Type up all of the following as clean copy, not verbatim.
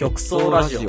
極総ラジオ。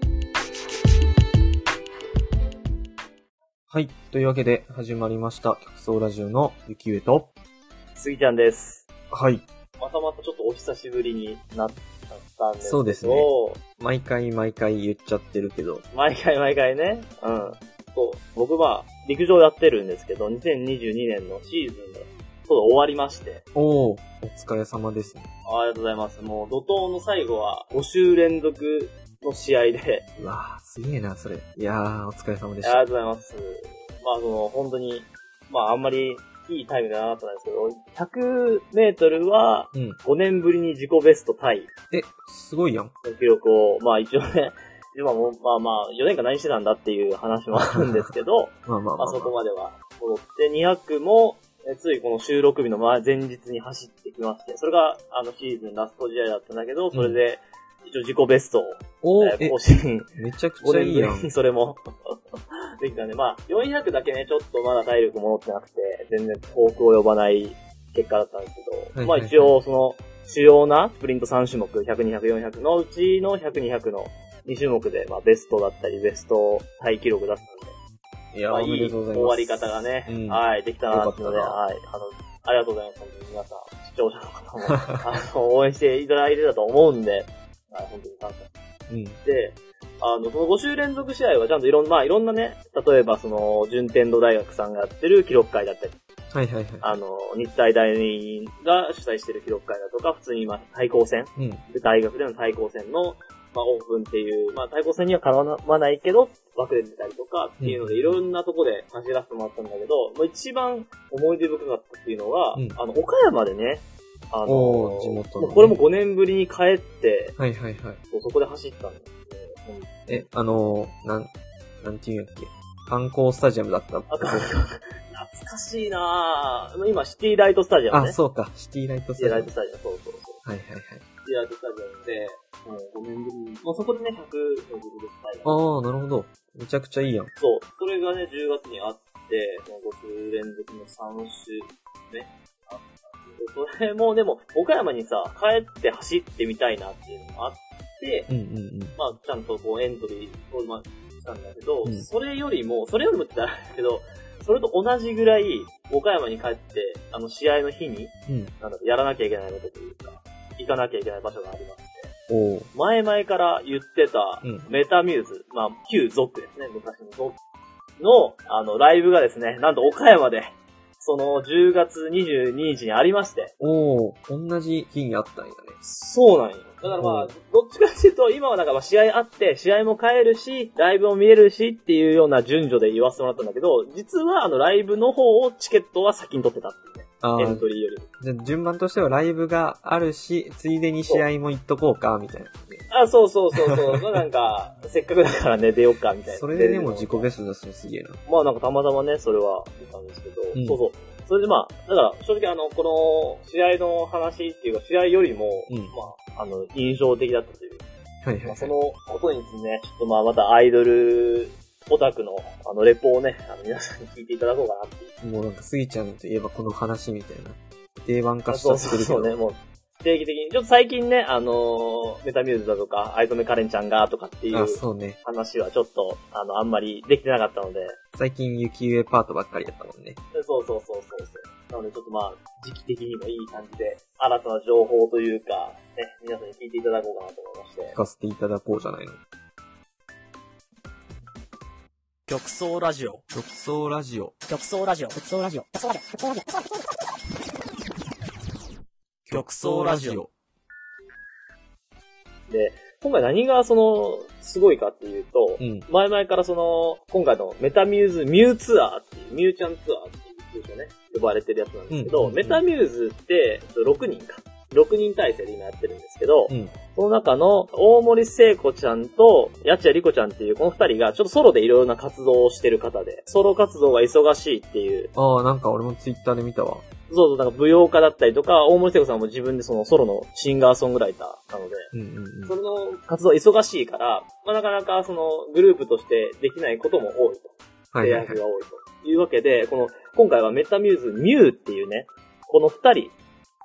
はい。というわけで始まりました。極総ラジオのゆきうえと、 スギちゃんです。 はい。 またちょっとお久しぶりになったんですけど。 そうですね。毎回言っちゃってるけど。 毎回ね。うん。そう。僕陸上やってるんですけど、2022年のシーズンが終わりまして。 お疲れ様ですね。 ありがとうございます。もう怒涛の最後は5週連続の試合で。 うわぁ、すげえな、それ。いやー、お疲れ様でした。 ありがとうございます。本当に、あんまりいいタイムではなかったんですけど、100メートルは、5年ぶりに自己ベストタイ。 すごいやん。 記録を、一応ね、4年間何してたんだっていう話もあるんですけど、そこまでは戻って、200も、ついこの収録日の前日に走ってきまして、それがシーズンラスト試合だったんだけど、それで、一応自己ベストを、更新。 めちゃくちゃいいやん。 それもできたんで、400だけね、ちょっとまだ体力戻ってなくて、全然遠く及ばない結果だったんですけど、一応その、主要なスプリント3種目、100、200、400のうちの100、200の2種目で、ベストだったり、ベストタイ記録だったんで、 いや、 いい終わり方がね、はい、できたなっていうので、はい、ありがとうございます。本当に皆さん、視聴者の方も、応援していただいてたと思うんで、はい、本当に感謝。で、その5週連続試合はちゃんといろんなね、例えば順天堂大学さんがやってる記録会だったり、日体大が主催してる記録会だとか、普通に対抗戦、大学での対抗戦の、オープンっていう、対抗戦にはかなわないけど、枠で出たりとかっていうので、いろんなとこで走らせてもらったんだけど、一番思い出深かったっていうのは、岡山でね、 地元の、ね、 これも5年ぶりに帰って、そこで走ったんですね。なんていうんやっけ、観光スタジアムだった。 懐かしいなぁ。今、シティライトスタジアムね。 そうか、シティライトスタジアム。 そう。 シティライトスタジアムで、5年ぶりに、そこでね、100の自己ベスト。なるほど。めちゃくちゃいいやん。 そう。それがね、10月にあって、5週連続の3週ね。それもでも、岡山にさ、帰って走ってみたいなっていうのがあって、ちゃんとエントリーをしたんだけど、それよりもって言ったらあれだけど、それと同じぐらい、岡山に帰って、試合の日に、やらなきゃいけないことというか、行かなきゃいけない場所がありまして、前々から言ってた、メタミューズ、旧ゾックですね、昔のゾックの、ライブがですね、なんと岡山で、その10月22日にありまして。 同じ日にあったんやね。 そうなんよ。だからどっちかっていうと、今は試合あって、試合も帰るし、ライブも見れるしっていうような順序で言わせてもらったんだけど、実はライブの方をチケットは先に取ってたっていうね。エントリーよりも。 じゃあ順番としてはライブがあるし、ついでに試合も行っとこうか、みたいな。 そう。せっかくだからね、出よっか、みたいな。 それでも自己ベスト出すのすげえな。 たまたまね、それは見たんですけど、それでだから正直この試合の話っていうか、試合よりも、印象的だったという。そのことについてね、ちょっとまたアイドルオタクのレポをね、皆さんに聞いていただこうかなっていう。 もうスギちゃんといえばこの話みたいな。定番化しちゃってるけど。 そうね、もう。定期的に、ちょっと最近ね、メタミューズだとか、藍染カレンちゃんがとかっていう話はちょっと、あんまりできてなかったので。 最近雪上パートばっかりやったもんね。 そう。なのでちょっと時期的にもいい感じで、新たな情報というか、ね、皆さんに聞いていただこうかなと思いまして。 聞かせていただこうじゃないの。 極総ラジオ。で、今回何がすごいかっていうと、前々から今回のメタミューズミューツアーっていう、ミューちゃんツアーっていう、ね、呼ばれてるやつなんですけど、メタミューズって6人体制で今やってるんですけど、その中の大森聖子ちゃんと八千谷莉子ちゃんっていうこの2人がちょっとソロでいろいろな活動をしてる方で、ソロ活動が忙しいっていう。 なんか俺もツイッターで見たわ。 なんか舞踊家だったりとか、大森聖子さんも自分でソロのシンガーソングライターなので、それの活動忙しいから、なかなかグループとしてできないことも多いと。制約が多いというわけで、今回はメタミューズミューっていうね、この2人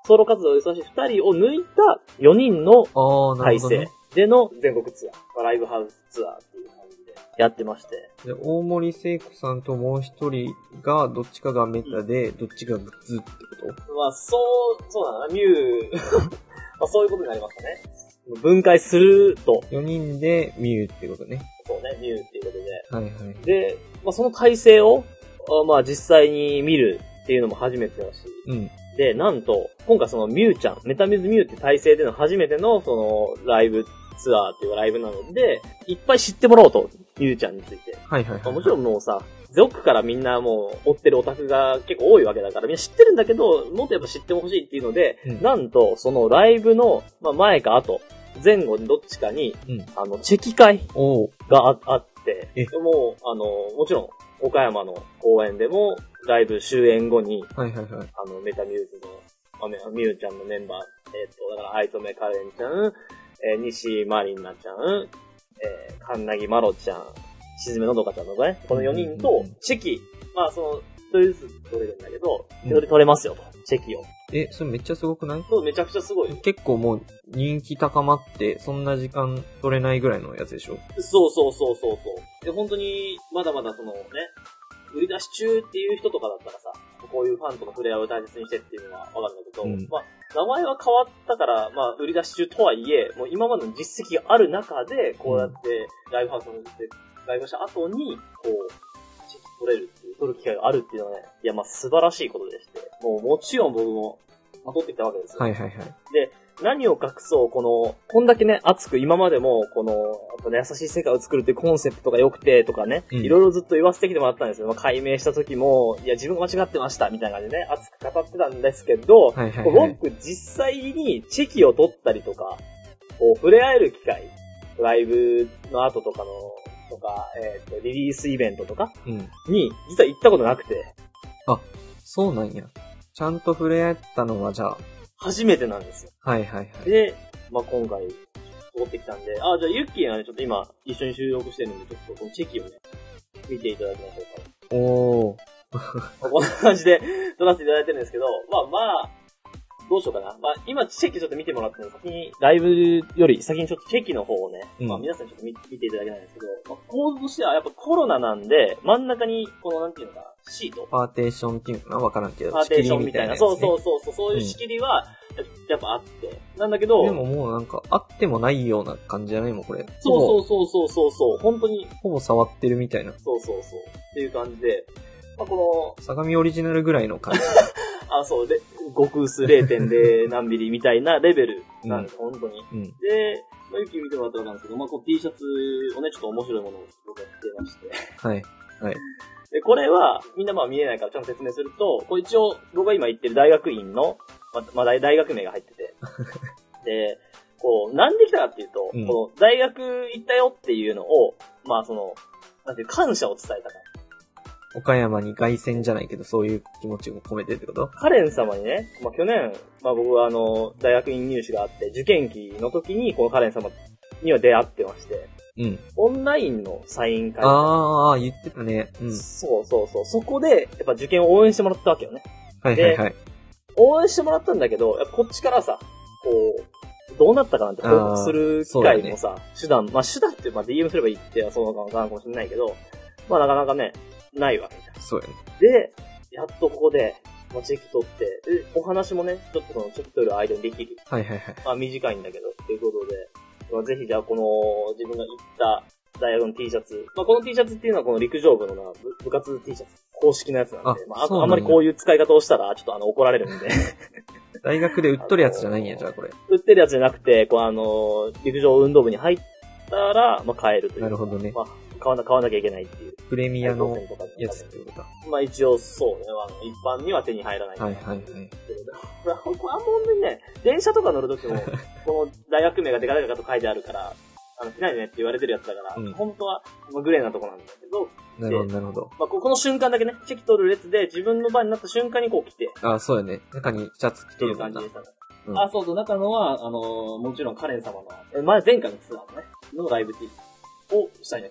ソロ活動で忙しい2人を抜いた4人の体制での全国ツアー、ライブハウスツアーっていう感じでやってまして。 で、大森聖子さんともう一人が、どっちかがメタで、どっちがグッズってこと？ まあ、そうだな、ミュウ、まあそういうことになりますかね。分解すると。 4人でミュウってことね。 そうね、ミュウっていうことで。 はいはい。 で、まあその体制を、まあ実際に見るっていうのも初めてだし。 うん。 で、なんと、今回そのミュウちゃん、メタミューズミュウって体制での初めてのそのライブツアーっていうライブなので、いっぱい知ってもらおうと、ミュウちゃんについて。 はいはいはい、はい。 もちろんもうさ、ゾックからみんなもう追ってるオタクが結構多いわけだからみんな知ってるんだけど、もっとやっぱ知ってほしいっていうので、なんとそのライブの、まあ、前か後、前後にどっちかに、チェキ会があって、もう、もちろん岡山の公演でもライブ終演後に、 はいはいはい、 メタミューズの、ミュウちゃんのメンバー、だから、アイトメカレンちゃん、西マリンナちゃん、カンナギマロちゃん、しずめのどかちゃんのね、この4人と、チェキ、まあその、一人ずつ取れるんだけど、一人取れますよと、チェキを。 それめっちゃすごくない？ そう、めちゃくちゃすごい。 結構もう人気高まって、そんな時間取れないぐらいのやつでしょ？ そう。で、本当に、まだまだそのね、売り出し中っていう人とかだったらさ、こういうファンとの触れ合いを大切にしてっていうのはわかるんだけど、まあ、名前は変わったから、まあ、売り出し中とはいえ、もう今までの実績がある中で、こうやって、ライブハウスに行って、ライブした後に、こう、チェキ取れるっていう、取る機会があるっていうのはね、いや、まあ、素晴らしいことでして、もちろん僕も、取ってきたわけですよ。 はいはいはい。 で、何を隠そう、こんだけね、熱く今までも、優しい世界を作るっていうコンセプトが良くてとかね、いろいろずっと言わせてきてもらったんですよ。まあ、解明した時も、いや、自分が間違ってました、みたいな感じでね、熱く語ってたんですけど、僕実際にチェキを取ったりとか、こう、触れ合える機会、ライブの後とかリリースイベントとかに、実は行ったことなくて。 あ、そうなんや。ちゃんと触れ合ったのはじゃあ、 初めてなんですよ。 はいはいはい。 で、まあ、今回、通ってきたんで、じゃあユッキーがね、ちょっと今、一緒に収録してるんで、ちょっとこのチェキをね、見ていただきましょうか。こんな感じで撮らせていただいてるんですけど、まあ、どうしようかな。まあ、今、チェキちょっと見てもらってるの先に、ライブより先にちょっとチェキの方をね、まあ皆さんちょっと見ていただきたいんですけど、まあ、構図としてはやっぱコロナなんで、真ん中に、なんていうのかな、シート。 パーテーションっていうのかなわからんけど。 パーテーションみたいな。そういう仕切りは、やっぱあって。なんだけど。 でももうなんか、あってもないような感じじゃないもん、これ。 そう。本当に。 ほぼ触ってるみたいな。 そう。っていう感じで、まあ、 相模オリジナルぐらいの感じ。 そうで、極薄 0.0 何ミリみたいなレベルなんです、本当に。で、まあ、ユキ見てもらったらなんですけど、まあ、T シャツをね、ちょっと面白いものを僕が着てまして。 はい。 で、これは、みんなまあ見えないからちゃんと説明すると、これ一応、僕が今言ってる大学院の、まあ、大学名が入ってて。で、なんで来たかっていうと、この大学行ったよっていうのを、まあなんていう感謝を伝えたから。 岡山に凱旋じゃないけど、そういう気持ちを込めてってこと？ カレン様にね、まあ去年、まあ僕は大学院入試があって、受験期の時にこのカレン様には出会ってまして、オンラインのサイン会。 言ってたね。 そう。そこで、やっぱ受験を応援してもらったわけよね。 はい。 応援してもらったんだけど、やっぱこっちからさ、どうなったかなんて報告する機会もさ、手段って、まあ DM すればいいってそうなのかもしれないけど、まあなかなかね、ないわけじゃん。 そうやね。 で、やっとここで、まあ、チェキ取って、お話もね、ちょっとチェキ取る間にできる。 はい。 まあ短いんだけど、ということで、まあ、ぜひじゃあ自分が行った大学の T シャツ。まあこの T シャツっていうのはこの陸上部の部活 T シャツ。公式のやつなんで、まああんまりこういう使い方をしたら、ちょっと怒られるんで。 大学で売っとるやつじゃないんや、じゃあこれ。 売ってるやつじゃなくて、陸上運動部に入ったら、まあ買えるという。 なるほどね。 まあ買わなきゃいけないっていう。 プレミアのやつってことか。 まあ一応そうね。一般には手に入らない。はい。これあんまりね、電車とか乗るときも、この大学名がデカデカと書いてあるから、着ないでねって言われてるやつだから、本当はグレーなとこなんだけど。 なるほど。 まあこの瞬間だけね、チェキ取る列で自分の番になった瞬間に来て。 そうやね。中にシャツ着てる感じでしたね。そう、中のは、もちろんカレン様の、前回のツアーのね、のライブ T を下に着てた。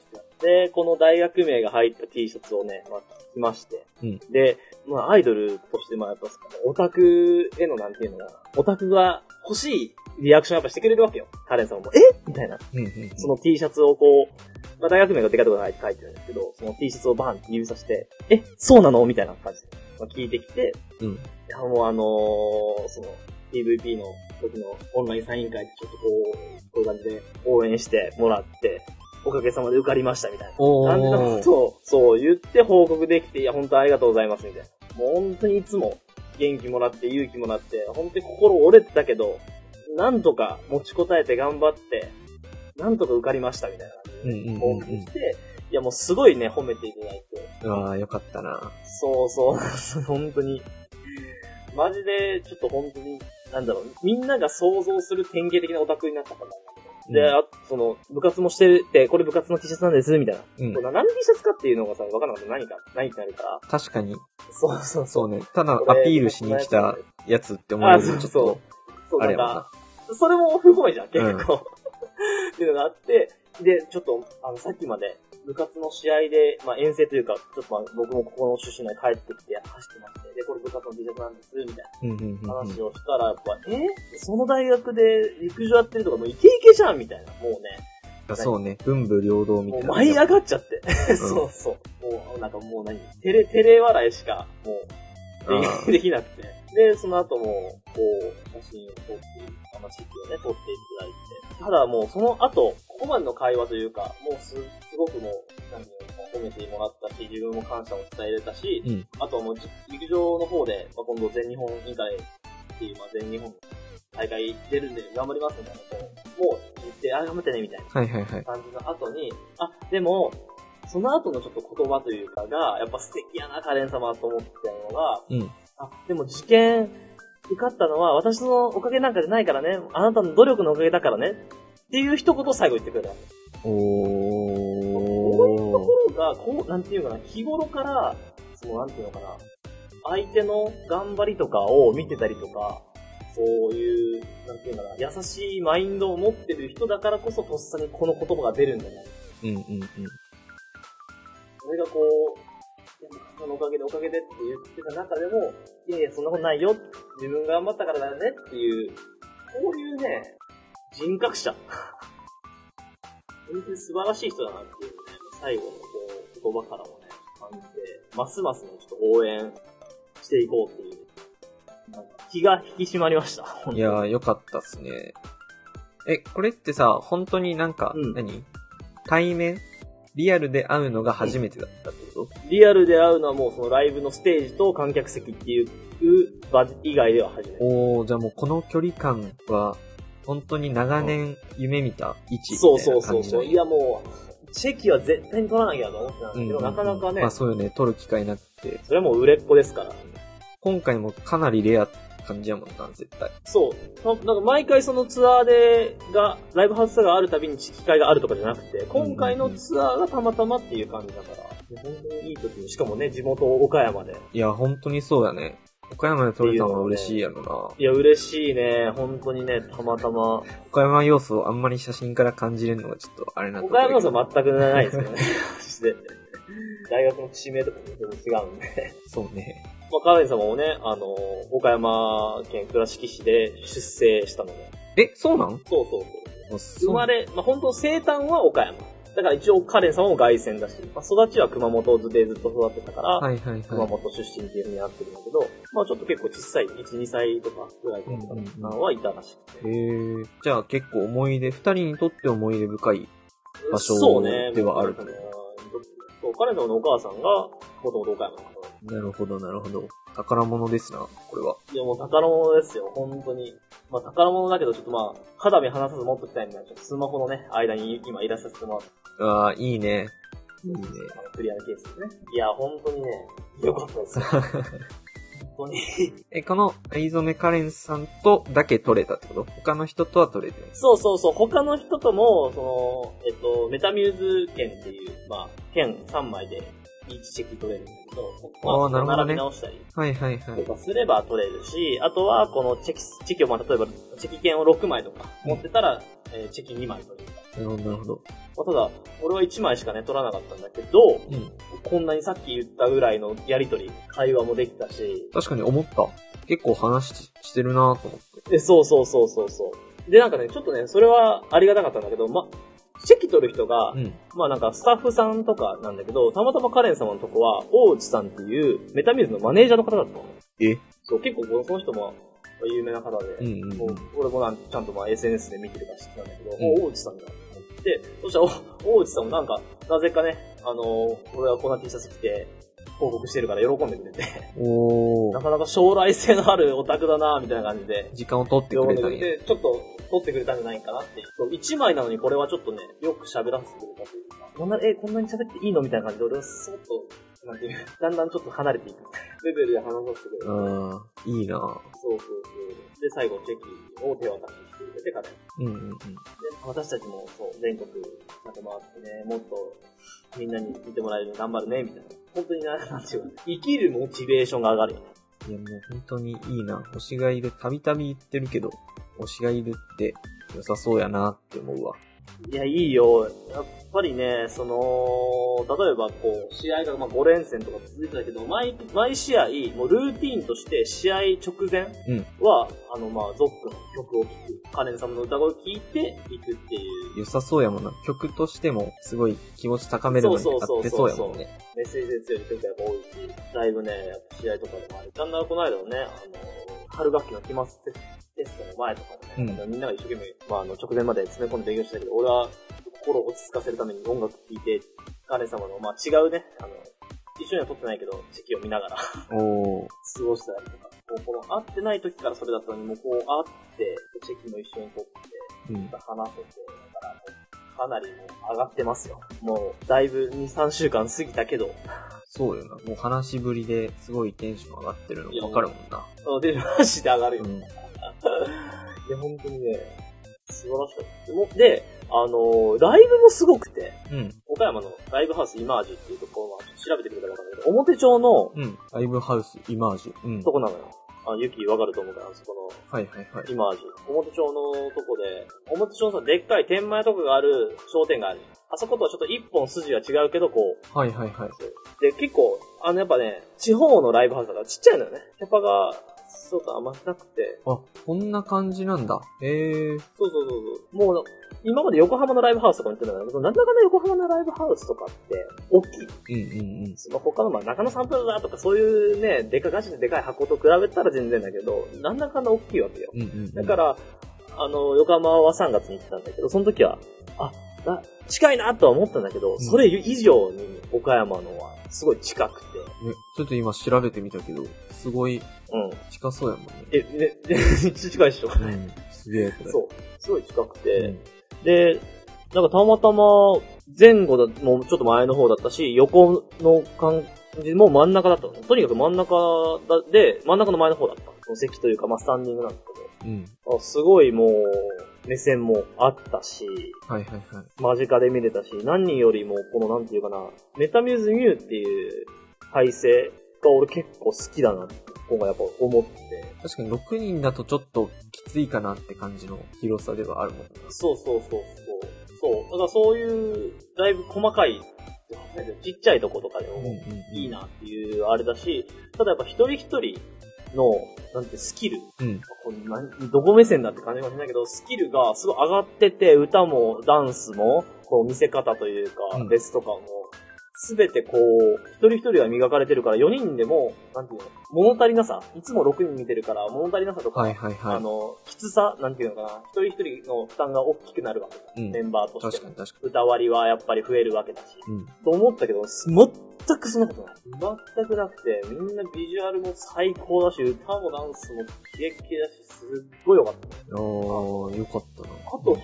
で、この大学名が入った T シャツをね、まあ、着まして。 うん。 で、まあ、アイドルとして、まあ、やっぱ、オタクへのなんていうのかな、オタクが欲しいリアクションやっぱしてくれるわけよ。カレンさんも、みたいな。その T シャツをこう、まあ、大学名がデカとか書いてるんですけど、その T シャツをバーンって指さして、そうなのみたいな感じで、まあ、聞いてきて、 うん。 いや、もうその、PVP の時のオンラインサイン会でちょっとこういう感じで応援してもらって、おかげさまで受かりましたみたいな感じのことを、そう言って報告できて、いや、本当ありがとうございますみたいな。もう本当にいつも元気もらって勇気もらって、本当に心折れてたけど、なんとか持ちこたえて頑張って、なんとか受かりましたみたいな感じで報告して、いやもうすごいね、褒めていただいて。 ああ、よかったな。 そうそう、本当に。マジで、ちょっと本当に、なんだろう、みんなが想像する典型的なオタクになったから。で、その、部活もしてて、これ部活の T シャツなんです、みたいな。何 T シャツかっていうのがさ、わからなかったら何ってなるから。 確かに。 そうね。ただアピールしに来たやつって思われるとちょっと、あれやもんな。 それも不本意じゃん、結構。っていうのがあって、で、ちょっと、さっきまで、部活の試合で、まあ、遠征というか、ちょっとまあ、僕もここの出身内帰ってきて走ってまして、で、これ部活の T シャツなんです、みたいな話をしたら、やっぱ、その大学で陸上やってるとかもうイケイケじゃんみたいな、もうね。 そうね、文武両道みたいな。 もう舞い上がっちゃって。そうそう。もう、なんかもう照れ笑いしか、もう、できなくて。で、その後も、こう、写真を撮って、話をね、撮っていただいて。ただもう、その後、ここまでの会話というか、もうすごくもう、褒めてもらったし、自分も感謝を伝えれたし、あとはもう、陸上の方で、まあ、今度全日本委員会っていう、まあ、全日本大会出るんで頑張りますみたいなことを、もう言って、頑張ってね、みたいな感じの後に、でも、その後のちょっと言葉というかが、やっぱ素敵やな、カレン様と思ってたのが、でも受験受かったのは私のおかげなんかじゃないからね、あなたの努力のおかげだからね、っていう一言を最後言ってくれた。こういうところが、こう、なんていうかな、日頃から、なんていうのかな、相手の頑張りとかを見てたりとか、そういう、なんていうかな、優しいマインドを持ってる人だからこそ、とっさにこの言葉が出るんだね。それがこう、そのおかげでって言ってた中でも、いやそんなことないよ。自分が頑張ったからだよねっていう、こういうね、人格者。本当に素晴らしい人だなっていうね、最後のこう言葉からもね、感じて、ますますね、ちょっと応援していこうっていう、なんか気が引き締まりました。 いやー、よかったっすね。これってさ、本当になんか、対面リアルで会うのが初めてだったってこと？ リアルで会うのはもうそのライブのステージと観客席っていう場以外では初めて。 じゃあもうこの距離感は、本当に長年夢見た位置みたいな感じ。 そう。いやもう、チェキは絶対に取らなきゃと思ってたんですけど、なかなかね。 まあそうよね、取る機会なくて。 それはもう売れっ子ですから。 今回もかなりレア感じやもんな、絶対。 そう。なんか毎回そのツアーでライブハウスがあるたびに機会があるとかじゃなくて、今回のツアーがたまたまっていう感じだから、本当にいい時に、しかもね、地元岡山で。 いや、本当にそうだね。岡山で撮れたのは嬉しいやろな。 いや、嬉しいね。本当にね、たまたま。 岡山要素をあんまり写真から感じれるのがちょっとあれなんだけど。 岡山要素は全くないですよね。大学の地名とかも全然違うんで。 そうね。 まあ、カレン様もね、岡山県倉敷市で出生したので。 そうなん？ そう。生まれ、まあ、本当生誕は岡山。だから一応カレン様も凱旋だし、まあ、育ちは熊本でずっと育ってたから、熊本出身っていう風になってるんだけど、まあちょっと結構小さい、1、2歳とかぐらいの方はいたらしくて。 じゃあ結構二人にとって思い出深い場所ではある。 そう、カレン様のお母さんが、もともと岡山の方。 なるほど。宝物ですな、これは。 いやもう宝物ですよ、本当に。まあ宝物だけど、ちょっとまあ、肌身離さず持っときたいんで、ちょっとスマホのね、間に今入れさせてもらって。 いいね。 クリアなケースですね。いや、本当にね、よかったですよ。本当に。 この、藍染カレンさんとだけ撮れたってこと？他の人とは撮れてない？ そう。他の人とも、メタミューズ券っていう、まあ、券3枚で、1チェキ取れるんだけど、まあ、 なるほどね。 並び直したりとかすれば取れるし、あとはこのチェキを、まあ、例えばチェキ券を6枚とか持ってたら、チェキ2枚取れるかなるほど、なるほど。 まあ、ただ、俺は1枚しかね、取らなかったんだけど、こんなにさっき言ったぐらいのやりとり、会話もできたし。 確かに思った。結構話してるなと思って。 そう。で、なんかね、ちょっとね、それはありがたかったんだけど、席取る人が、まあなんかスタッフさんとかなんだけど、たまたまカレン様のとこは、大内さんっていうメタミューズのマネージャーの方だったの。そう、結構その人も有名な方で、もう俺もちゃんとSNS で見てるから知ってたんだけど、大内さんだと思って、そしたら大内さんもなんか、なぜかね、俺はこんな T シャツ着て、報告してるから喜んでくれて。なかなか将来性のあるオタクだなみたいな感じで。 時間を取ってくれたり。 で、ちょっと取ってくれたんじゃないかなっていう。そう、1枚なのにこれはちょっとね、よく喋らせてくれたというか。こんなに喋っていいのみたいな感じで俺はそっと、なんていう、だんだんちょっと離れていく。レベルで話させてくれる。 いいなそう。で、最後チェキを手渡してきてくれて、彼。で、私たちもそう、全国また回ってね、もっとみんなに見てもらえるように頑張るね、みたいな。本当になんていうか、生きるモチベーションが上がるよね。 いやもう本当にいいな。推しがいる。たびたび言ってるけど、推しがいるって良さそうやなって思うわ。 いや、いいよ。やっぱりね、例えば試合が5連戦とか続いてたけど、毎試合、もうルーティーンとして試合直前は、ゾックの曲を聴く。カレン様の歌声を聴いていくっていう。 良さそうやもんな。曲としてもすごい気持ち高めるのに合ってそうやもんね。 メッセージで強い曲がやっぱ多いし、だいぶね、やっぱ試合とかでもある。だんだんこの間のね、春学期の期末テストの前とかでね、みんなが一生懸命、直前まで詰め込んで勉強してたけど、俺は心を落ち着かせるために音楽聴いて、カレン様の、違うね、一緒には撮ってないけど、チェキを見ながら過ごしたりとか、この会ってない時からそれだったのに、もう会って、チェキも一緒に撮って、話せて、だから、かなりもう上がってますよ。もう、だいぶ2、3週間過ぎたけど。 そうよな。もう話しぶりですごいテンション上がってるのわかるもんな。 で、マジで上がるよ。いや、本当にね、素晴らしかった。で、ライブもすごくて、岡山のライブハウスイマージュっていうところは調べてくれたらわかるけど、表町の、 ライブハウスイマージュ。 とこなのよ。ユキわかると思うから、そこの、イマージュ。表町のとこで、表町のさ、でっかい天満屋とかがある商店がある。あそことはちょっと一本筋は違うけど、で、結構、やっぱね、地方のライブハウスだからちっちゃいのよね。キャパが、そうか、あんまなくて。 あ、こんな感じなんだ。 そう。もう、今まで横浜のライブハウスとかに行ってたんだけど、なんだかんだ横浜のライブハウスとかって、大きい。他の、中野サンプルだとかそういうね、ガチででかい箱と比べたら全然だけど、なんだかんだ大きいわけよ。だから、横浜は3月に行ってたんだけど、その時は、近いなとは思ったんだけど、それ以上に岡山のはすごい近くて。 ちょっと今調べてみたけど、すごい近そうやもんね。 めっちゃ近いでしょ。 すげえ。 そう。すごい近くて。で、なんかたまたま前後もうちょっと前の方だったし、横の感じも真ん中だったの。とにかく真ん中の前の方だった。席というか、スタンディングなんだけど。すごいもう、目線もあったし、間近で見れたし、何よりもこのなんていうかな、メタミューズミューっていう体制が俺結構好きだなって、今回やっぱ思って。 確かに6人だとちょっときついかなって感じの広さではあるもんな。 そう。だからそういう、だいぶ細かい、ちっちゃいとことかでもいいなっていうあれだし、ただやっぱ一人一人の、スキル。どこ目線だって感じもしないけど、スキルがすごい上がってて、歌もダンスも、見せ方というか、ベースとかも、すべて一人一人が磨かれてるから、4人でも、物足りなさ、いつも6人見てるから、物足りなさとか、きつさ、一人一人の負担が大きくなるわけだ。メンバーとして。確かに。歌割りはやっぱり増えるわけだし。と思ったけど、全くそんなことない。全くなくて、みんなビジュアルも最高だし、歌もダンスもキレッキレだし、すっごい良かった。 よかったな。 あと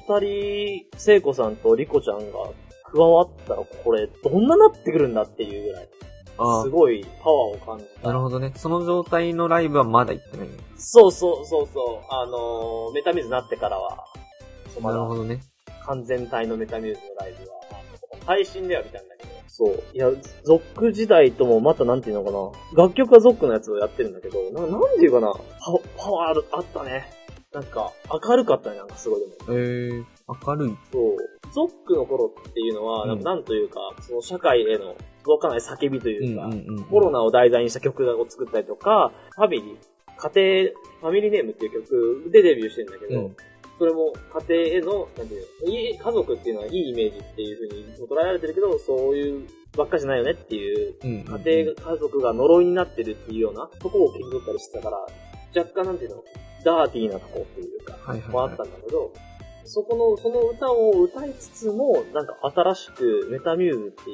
2人、聖子さんとリコちゃんが加わったら、これ、どんななってくるんだっていうぐらい。すごいパワーを感じた。 なるほどね。その状態のライブはまだ行ってないね。 そう。メタミューズになってからは。 なるほどね。 完全体のメタミューズのライブは、配信では見たんだけど。そう。いや、ゾック時代ともまたなんていうのかな。楽曲はゾックのやつをやってるんだけど、なんていうかな。パワーあったね。明るかったね、すごいでも。 明るい。 そう。 ゾックの頃っていうのは、なんというか、その社会への届かない叫びというか、コロナを題材にした曲を作ったりとか、ファミリーネームっていう曲でデビューしてるんだけど、それも家庭への、なんていうの、家族っていうのはいいイメージっていう風に捉えられてるけど、そういうばっかじゃないよねっていう、家族が呪いになってるっていうようなとこを切り取ったりしてたから、若干なんていうの、ダーティーなとこっていうか、もあったんだけど、その歌を歌いつつも、なんか新しくメタミューズっていう、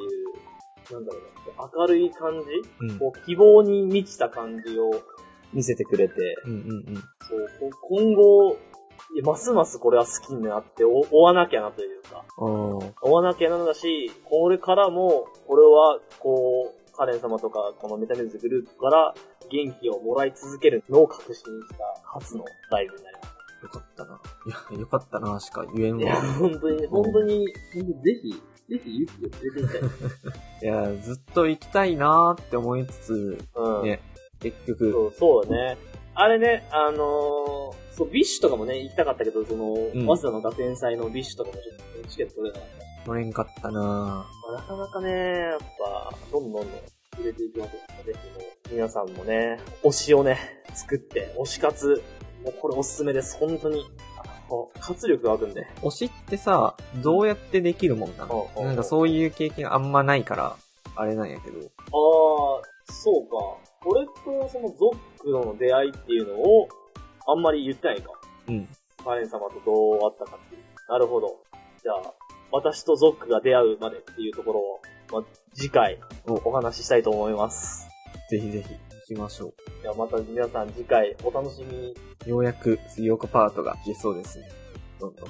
なんだろうな、明るい感じ、こう希望に満ちた感じを見せてくれて、そう今後、ますますこれは好きになって追わなきゃなというか、追わなきゃなんだし、これからも、これは、こう、カレン様とか、このメタミューズグループから元気をもらい続けるのを確信した初のライブになります。 よかったな。いや、よかったなしか言えんわ。いや、本当に、ぜひ、勇気を連れて行きたい。 いや、ずっと行きたいなーって思いつつ、ね、結局。 そうだね。あれね、そう、ビッシュとかもね、行きたかったけど、その、早稲田の学園祭のビッシュとかもちょっとチケット取れなかった。 取れんかったななかなかね、やっぱ、どんどん入れていきましょう。ぜひもう、皆さんもね、推しをね、作って、推し活、もうこれおすすめです、本当に。活力が湧くんで。 推しってさ、どうやってできるもんなの？なんかそういう経験あんまないから、あれなんやけど。 そうか。俺とそのゾックの出会いっていうのを、あんまり言ってないか。カレン様とどうあったかっていう。なるほど。じゃあ、私とゾックが出会うまでっていうところを、次回お話ししたいと思います。 ぜひぜひ行きましょう。 ではまた皆さん次回お楽しみに。 ようやく杉岡パートが消えそうですね。どんどん。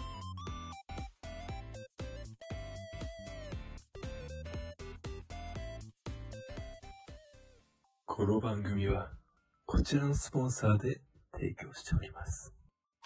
この番組はこちらのスポンサーで提供しております。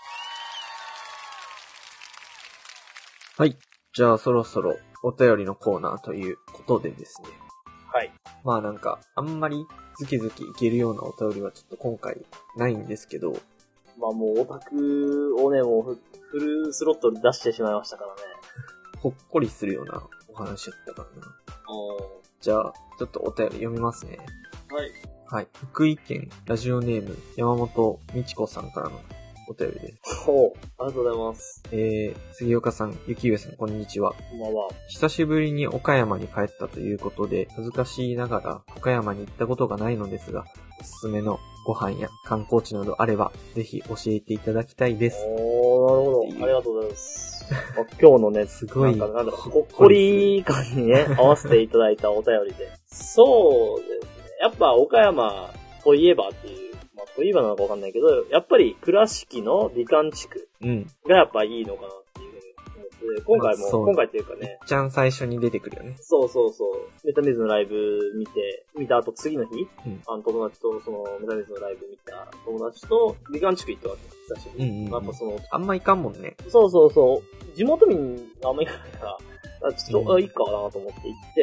はい。じゃあそろそろお便りのコーナーということでですね。 はい。 まあなんか、あんまりズキズキいけるようなお便りはちょっと今回ないんですけど。 まあもうオタクをね、もうフルスロットで出してしまいましたからね。 ほっこりするようなお話だったからな。じゃあ、ちょっとお便り読みますね。 はい。 はい。福井県ラジオネーム山本美智子さんからのお便りです。 ありがとうございます。 杉岡さん、雪上さん、こんにちは。 こんばんは。 久しぶりに岡山に帰ったということで、恥ずかしいながら岡山に行ったことがないのですが、おすすめのご飯や観光地などあれば、ぜひ教えていただきたいです。 なるほど。ありがとうございます。今日のね、 すごい、 なんだろう、ほっこり感にね、合わせていただいたお便りで。そうですね。やっぱ岡山といえばっていう、といえばなのかわかんないけど、やっぱり倉敷の美観地区がやっぱいいのかなっていうふうに思って、今回っていうかね。 一番最初に出てくるよね。 そう。メタミズのライブ見た後次の日、友達とそのメタミズのライブ見た友達と美観地区行ったわけ。久しぶりに。やっぱあんま行かんもんね。 そう。地元民があんま行かないから、ちょっと、いいかなと思って行って、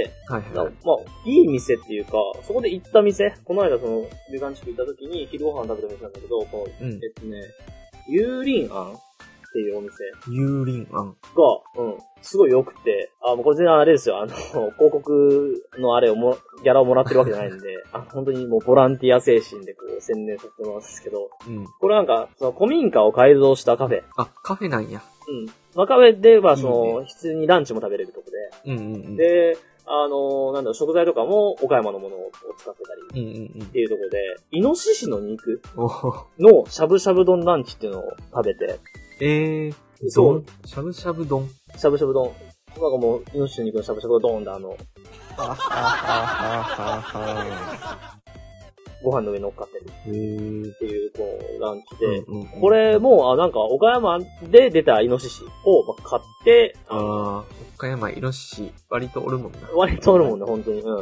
いい店っていうか、そこで行った店、この間その、美観地区行った時に昼ご飯食べた店なんだけど、ユーリンアンっていうお店。 ユーリンアンが、すごい良くて、もうこれ全然あれですよ、広告のギャラをもらってるわけじゃないんで、本当にもうボランティア精神でこう宣伝させてもらうんですけど、これなんか、その古民家を改造したカフェ。 カフェなんや。 カフェでは、普通にランチも食べれるとこで。で、食材とかも岡山のものを使ってたり、っていうところで、イノシシの肉のしゃぶしゃぶ丼ランチっていうのを食べて。 そう。しゃぶしゃぶ丼。 しゃぶしゃぶ丼。なんかもう、イノシシの肉のしゃぶしゃぶ丼でご飯の上に乗っかってる。っていう、ランチで。これも、なんか、岡山で出たイノシシを買って、 岡山イノシシ、割とおるもんな。 割とおるもんね、本当に。だから、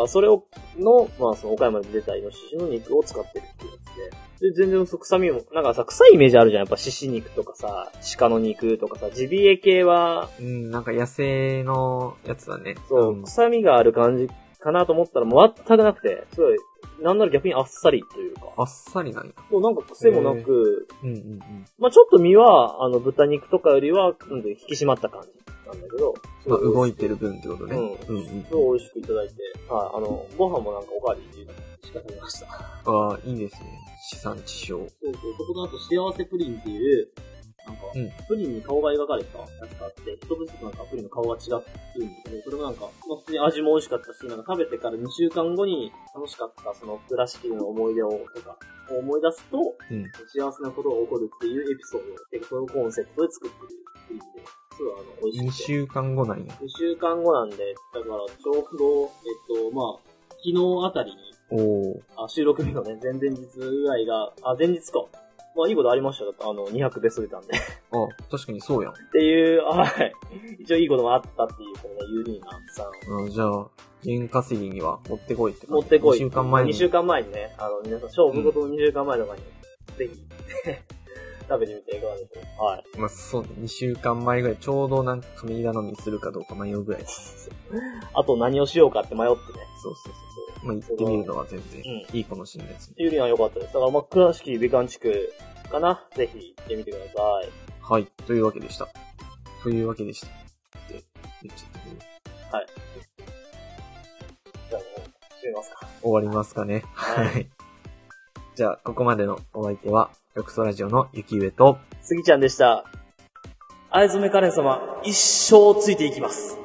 それその岡山で出たイノシシの肉を使ってるっていうやつで。で、全然臭みも、なんかさ、臭いイメージあるじゃん。やっぱ獅子肉とかさ、鹿の肉とかさ、ジビエ系は。 なんか野生のやつだね。 そう、臭みがある感じかなと思ったら、もう全くなくて、すごい、なんなら逆にあっさりというか。 あっさりなんや。 そう、なんか癖もなく、ちょっと身は、豚肉とかよりは、引き締まった感じ。 なんだけど、 まあ、動いてる分ってことね。 うん。すごい美味しくいただいて、はい、ご飯もなんかおかわり自由なしか食べました。 ああ、いいですね。地産地消。 そうそう、そこの後幸せプリンっていう、なんか、プリンに顔が描かれたやつがあって、一つずつなんかプリンの顔が違ってるんだけど、それもなんか、まあ普通に味も美味しかったし、なんか食べてから2週間後に楽しかったその暮らしきりの思い出をとか、思い出すと、幸せなことが起こるっていうエピソードを、結構そのコンセプトで作ってるプリンで、すごい美味しくて。 2週間後なんや。 2週間後なんで、だからちょうど、まあ、昨日あたりに、収録日のね、前々日ぐらいが、前日か。まあ、いいことありましたよ。200ベスト出たんで。 あ、確かにそうやん。 っていう、はい。一応いいこともあったっていう、このね、ユリーナさん。 じゃあ、原稼ぎには持ってこいって持ってこい。 2週間前に。 2週間前にね、皆さん、勝負事の2週間前とかに、ぜひ、食べてみていかがでしょう。はい。 まあ、そう、2週間前ぐらい、ちょうどなんか神頼みするかどうか迷うぐらい。 あと何をしようかって迷ってね。 そう。まあ、行ってみるのは全然いいかもしれないですね。 ユリーナ良かったです。だから、まあ、倉敷美観地区かな。ぜひ行ってみてください。 はい。というわけでした。って言っちゃったけど。 はい。じゃあもう、締めますか。 終わりますかね。はい。じゃあ、ここまでのお相手は、よくそラジオのゆきうえと、 すぎちゃんでした。藍染めカレン様、一生ついていきます。